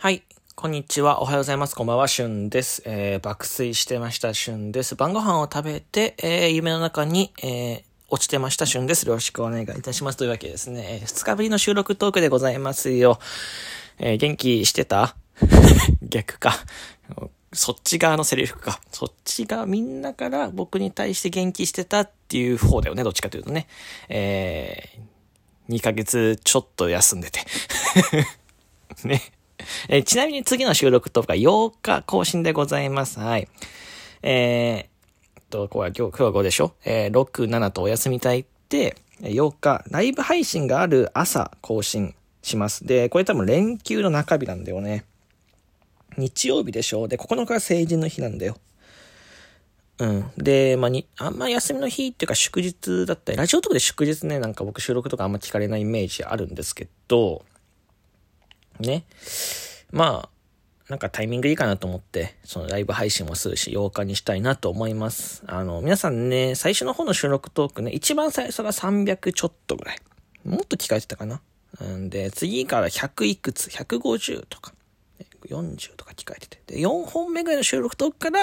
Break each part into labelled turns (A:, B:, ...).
A: はい。こんにちは。おはようございます。こんばんは。しゅんです。爆睡してました。しゅんです。晩ご飯を食べて、夢の中に、落ちてました。しゅんです。よろしくお願いいたします。というわけでですね、2日ぶりの収録トークでございますよ。元気してた逆か。そっち側のセリフか。そっちがみんなから僕に対して元気してたっていう方だよね。どっちかというとね。2ヶ月ちょっと休んでて。ね。ちなみに次の収録とか8日更新でございます。はい。これは今日は5でしょ6、7とお休みたいって8日ライブ配信がある朝更新します。で、これ多分連休の中日なんだよね。日曜日でしょで、9日が成人の日なんだよ。で、あんま休みの日っていうか祝日だったり、ラジオとかで祝日ね、なんか僕収録とかあんま聞かれないイメージあるんですけど、ね。なんかタイミングいいかなと思って、そのライブ配信もするし、8日にしたいなと思います。皆さんね、最初の方の収録トークね、一番最初が300ちょっとぐらい。もっと聞かれてたかな。で、次から100いくつ、150とか、40とか聞かれてて。で、4本目ぐらいの収録トークから、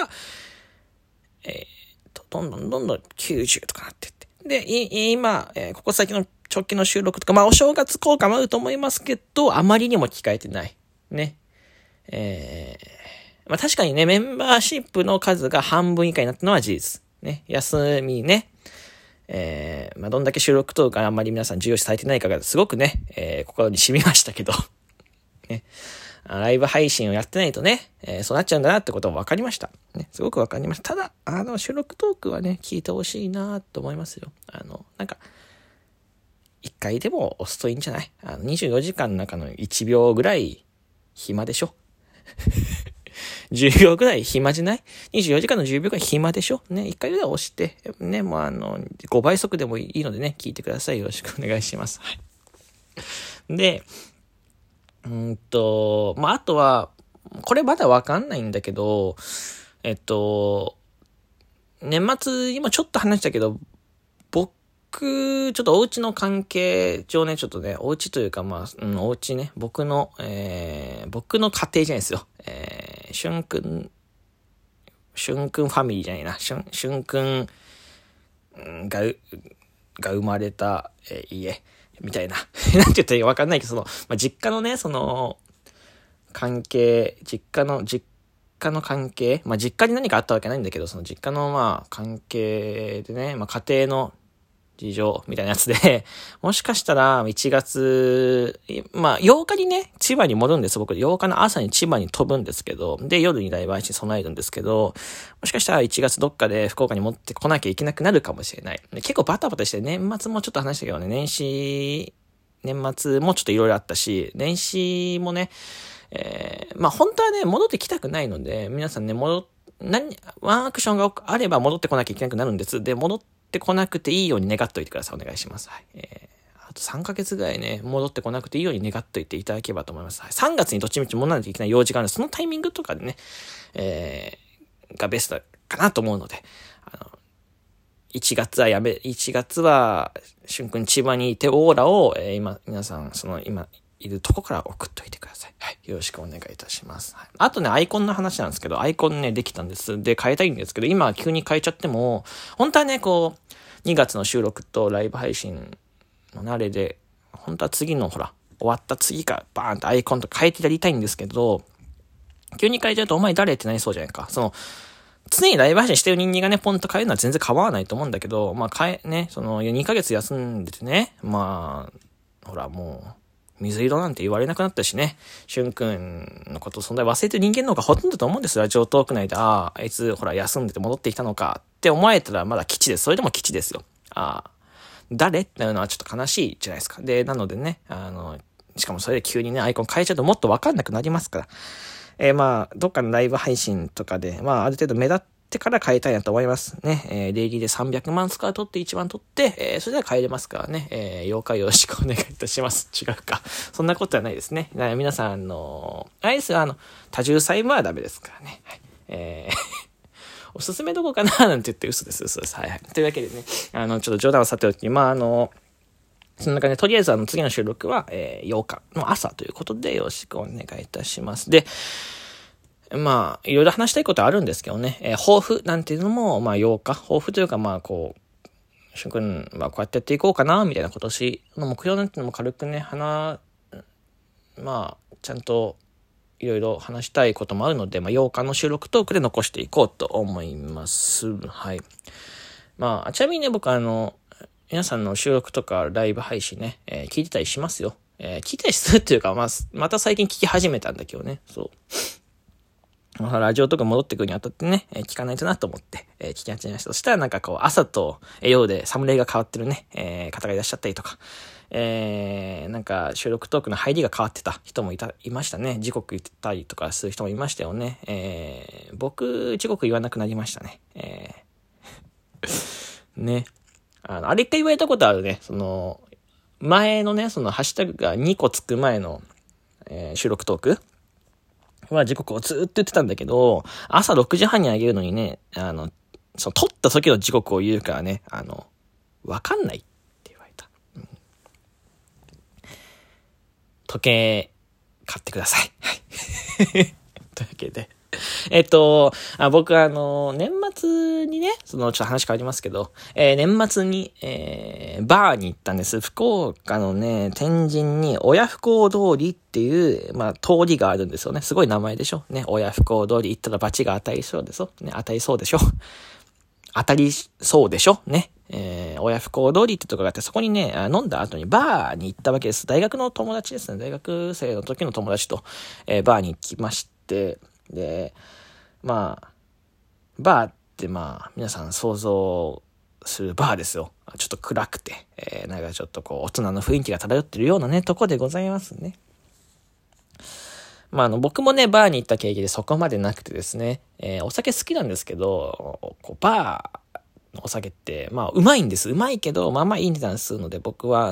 A: どんどん90とかなってって。で、今、ここ先の直近の収録とか、お正月効果もあると思いますけど、あまりにも聞かれてない。ね。確かにね、メンバーシップの数が半分以下になったのは事実。ね。休みね。どんだけ収録とかあんまり皆さん重要視されてないかがすごくね、心に染みましたけど。ね。ライブ配信をやってないとね、そうなっちゃうんだなってことも分かりました。ね。すごく分かりました。ただ、収録トークはね、聞いてほしいなと思いますよ。一回でも押すといいんじゃない？24時間の中の1秒ぐらい暇でしょ10秒ぐらい暇じゃない？ 24 時間の10秒ぐらい暇でしょね、一回ぐらい押して、ね、5倍速でもいいのでね、聞いてください。よろしくお願いします。はい。で、あとは、これまだわかんないんだけど、年末、今ちょっと話したけど、僕、ちょっとお家の関係上ね、ちょっとね、お家というかお家ね、僕の家庭じゃないですよ。しゅんくんファミリーじゃないな。しゅんくんが生まれた、家、みたいな。なんて言ったらいいかわかんないけど、実家のね、関係、実家の関係、実家に何かあったわけないんだけど、その実家の関係でね、家庭の事情みたいなやつで、もしかしたら1月、8日にね、千葉に戻るんです。僕、8日の朝に千葉に飛ぶんですけど、で、夜にライブ配信備えるんですけど、もしかしたら1月どっかで福岡に持ってこなきゃいけなくなるかもしれない。結構バタバタして年末もちょっと話したけどね、年末もちょっといろいろあったし、年始もね、本当はね、戻ってきたくないので、皆さんね、ワンアクションがあれば戻ってこなきゃいけなくなるんです。で、戻ってこなくていいように願っといてください。お願いします。はい。あと3ヶ月ぐらいね、戻ってこなくていいように願っといていただければと思います。はい、3月にどっちみち戻らないといけない用事があるので、そのタイミングとかでね、がベストかなと思うので、1月は、しゅんくん千葉にいてオーラを、皆さん、今、いるとこから送っといてください。はい。よろしくお願いいたします。はい、あとね、アイコンの話なんですけど、アイコンね、できたんです。で、変えたいんですけど、今、急に変えちゃっても、本当はね、2月の収録とライブ配信の慣れで、本当は次の終わった次からバーンとアイコンと変えてやりたいんですけど、急に変えちゃうとお前誰ってなりそうじゃないか。常にライブ配信してる人間がね、ポンと変えるのは全然変わらないと思うんだけど、2ヶ月休んでてね、もう、水色なんて言われなくなったしね、しゅんくんのこと存在忘れてる人間の方がほとんどだと思うんですよ。ラジオトーク内で、あいつ休んでて戻ってきたのかって思えたらまだ基地です。それでも基地ですよ。誰ってなるのはちょっと悲しいじゃないですか。で、なのでね、しかもそれで急にね、アイコン変えちゃうともっとわかんなくなりますから。どっかのライブ配信とかで、ある程度目立ってから変えたいなと思いますね。デイリーで300万スカー取って1万取って、それでは変えれますからね。8日よろしくお願いいたします。違うか。そんなことはないですね。皆さん、多重債務はダメですからね。はい、おすすめどこかななんて言って嘘です。はいはい。というわけでね、ちょっと冗談はさておき、 そんな感じで、とりあえず次の収録は、8日の朝ということでよろしくお願いいたします。で、まあ、いろいろ話したいことあるんですけどね、抱負なんていうのも、まあ8日、抱負というかまあこう、しゅんくん、まあこうやってやっていこうかな、みたいな今年の目標なんていうのも軽くね、まあ、ちゃんといろいろ話したいこともあるので、まあ8日の収録トークで残していこうと思います。はい。まあ、ちなみにね、僕皆さんの収録とかライブ配信ね、聞いてたりしますよ。聞いたりするっていうか、また最近聞き始めたんだけどね、そう。ラジオとか戻ってくるにあたってね、聞かないとなと思って、聞き始めました。そしたらなんかこう、朝と夜でサムネが変わってるね、方がいらっしゃったりとか、なんか収録トークの入りが変わってた人もいましたね。時刻言ってたりとかする人もいましたよね。僕、時刻言わなくなりましたね。ね。あれ一回言われたことあるね。前のね、ハッシュタグが2個つく前の、収録トークは時刻をずっと言ってたんだけど、朝6時半にあげるのにね、撮った時の時刻を言うからね、わかんないって言われた。時計、買ってください。はい。というわけで。僕年末にね、ちょっと話変わりますけど、年末に、バーに行ったんです。福岡のね、天神に親不孝通りっていう、まあ、通りがあるんですよね。すごい名前でしょね。親不孝通り行ったら罰が当たりそうでしょね。当たりそうでしょ当たりそうでしょね。親不孝通りってとこがあって、そこにね、飲んだ後にバーに行ったわけです。大学の友達ですね。大学生の時の友達と、バーに行きまして、で、まあ、バーってまあ、皆さん想像するバーですよ。ちょっと暗くて、なんかちょっとこう、大人の雰囲気が漂ってるようなね、とこでございますね。まあ僕もね、バーに行った経験でそこまでなくてですね、お酒好きなんですけど、こうバーのお酒って、まあ、うまいんです。うまいけど、まあまあいい値段するので、僕は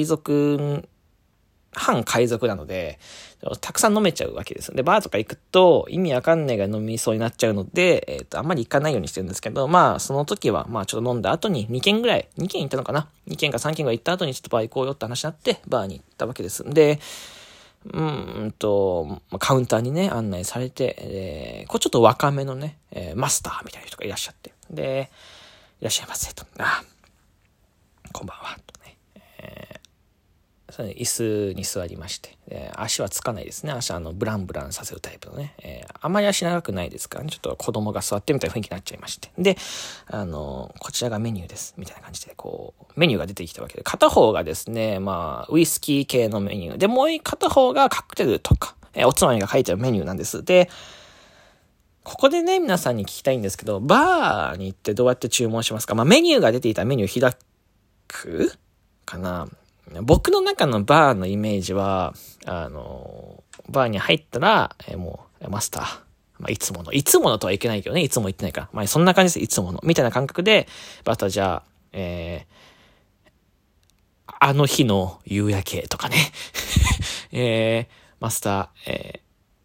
A: 反海賊なので、たくさん飲めちゃうわけです。で、バーとか行くと意味わかんないが飲みそうになっちゃうので、あんまり行かないようにしてるんですけど、まあ、その時は、まあ、ちょっと飲んだ後に2軒行ったのかな ?2 軒か3軒ぐらい行った後にちょっとバー行こうよって話になって、バーに行ったわけです。で、カウンターにね、案内されて、こうちょっと若めのね、マスターみたいな人がいらっしゃって、で、いらっしゃいませと。こんばんは。とね。椅子に座りまして、足はつかないですね。足ブランブランさせるタイプのね。あんまり足長くないですからね。ちょっと子供が座ってみたいな雰囲気になっちゃいまして。で、こちらがメニューです。みたいな感じで、こう、メニューが出てきたわけで、片方がですね、まあ、ウイスキー系のメニュー。で、もう片方がカクテルとか、おつまみが書いてあるメニューなんです。で、ここでね、皆さんに聞きたいんですけど、バーに行ってどうやって注文しますか？まあ、メニューが出ていたメニュー開くかな？僕の中のバーのイメージは、バーに入ったら、もう、マスター。まあ、いつものとはいけないけどね、いつも言ってないから。まあ、そんな感じです、いつもの。みたいな感覚で、バターじゃあ、あの日の夕焼けとかね。マスター、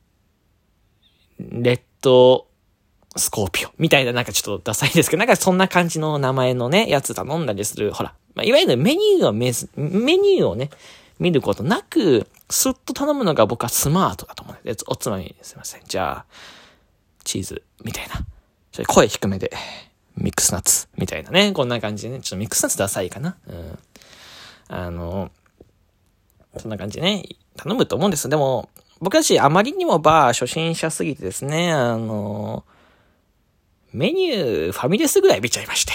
A: レッドスコーピオみたいななんかちょっとダサいですけど、なんかそんな感じの名前のね、やつ頼んだりする。ほら。まあ、いわゆるメニューをね、見ることなく、スッと頼むのが僕はスマートだと思う。で、おつまみすいません。じゃあ、チーズ、みたいな。それ声低めで、ミックスナッツ、みたいなね。こんな感じでね。ちょっとミックスナッツダサいかな。そんな感じでね、頼むと思うんです。でも、僕たちあまりにもバー初心者すぎてですね、メニューファミレスぐらい見ちゃいまして。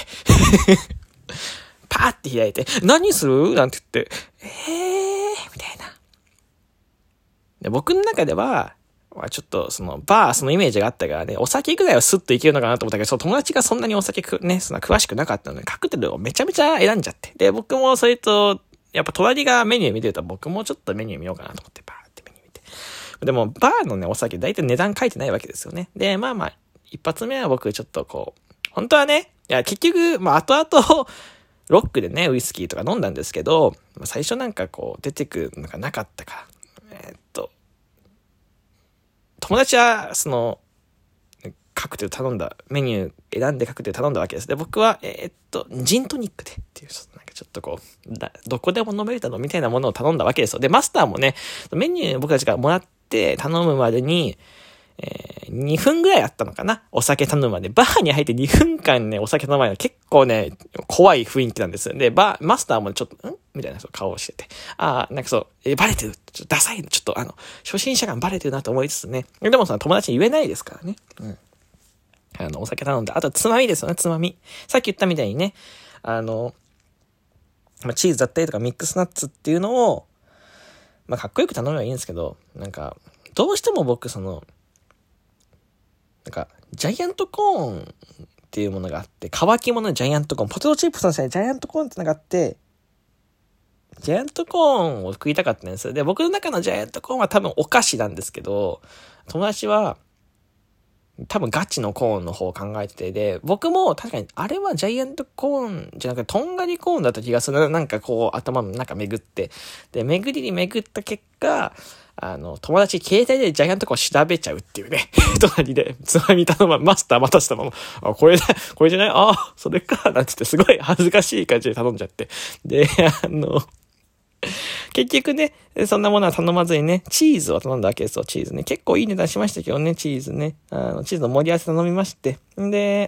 A: パーって開いて、何するなんて言って、みたいな。で、僕の中では、ちょっとそのイメージがあったからね、お酒ぐらいはスッといけるのかなと思ったけど、友達がそんなにお酒そんな詳しくなかったので、カクテルをめちゃめちゃ選んじゃって。で、僕もそれと、やっぱ隣がメニュー見てると僕もちょっとメニュー見ようかなと思って、バーってメニュー見て。でも、バーのね、お酒大体値段書いてないわけですよね。で、まあ、一発目は僕ちょっとこう、本当はね、いや、結局、後々、ロックでね、ウイスキーとか飲んだんですけど、最初なんかこう、出てくるのがなかったから、友達は、 カクテル頼んだ、メニュー選んでカクテル頼んだわけです。で、僕は、ジントニックでっていう、なんかちょっとこう、どこでも飲めるだろみたいなものを頼んだわけですよ。で、マスターもね、メニュー僕たちがもらって頼むまでに、2分ぐらいあったのかな、お酒頼むまで。バーに入って2分間ね、お酒飲まないの結構ね、怖い雰囲気なんです。で、マスターもちょっと、みたいな顔をしてて。なんかそう、バレてる。ちょっとダサい。ちょっと初心者感バレてるなと思いつつね。でも友達に言えないですからね。お酒頼んで。あと、つまみですよね、つまみ。さっき言ったみたいにね、チーズだったりとかミックスナッツっていうのを、かっこよく頼めばいいんですけど、なんか、どうしても僕、なんか、ジャイアントコーンっていうものがあって、乾き物のジャイアントコーン、ポテトチップスの下にジャイアントコーンってのがあって、ジャイアントコーンを食いたかったんですよ。で、僕の中のジャイアントコーンは多分お菓子なんですけど、友達は多分ガチのコーンの方を考えてて、で、僕も確かにあれはジャイアントコーンじゃなくてとんがりコーンだった気がする。なんかこう頭の中巡って。で、巡りに巡った結果、友達携帯でジャイアントコーン調べちゃうっていうね。隣でつまみ頼ま、マスター待たせたまま、これじゃない、それか、なんつってすごい恥ずかしい感じで頼んじゃって。で、結局ね、そんなものは頼まずにね、チーズを頼んだわけですよ、チーズね。結構いい値段しましたけどね、チーズね。チーズの盛り合わせ頼みまして。で、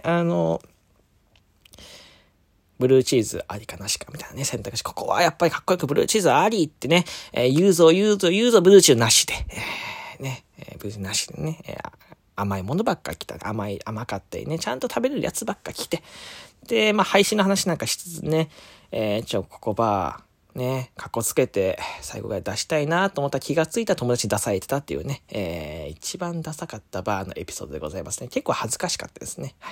A: ブルーチーズありかなしかみたいなね、選択肢。ここはやっぱりかっこよくブルーチーズありってね、言うぞ、ブルーチーズなしで。ブルーチーズなしでね、甘いものばっか来た。甘かったりね、ちゃんと食べれるやつばっか来て。で、配信の話なんかしつつね、ここね、かっこつけて最後ぐらい出したいなと思ったら気がついた友達に出されてたっていうね、一番ダサかったバーのエピソードでございますね。結構恥ずかしかったですね。はい。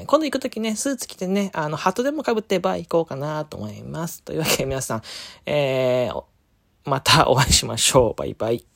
A: 今度行くときね、スーツ着てね、ハットでも被ってバー行こうかなと思います。というわけで皆さん、またお会いしましょう。バイバイ。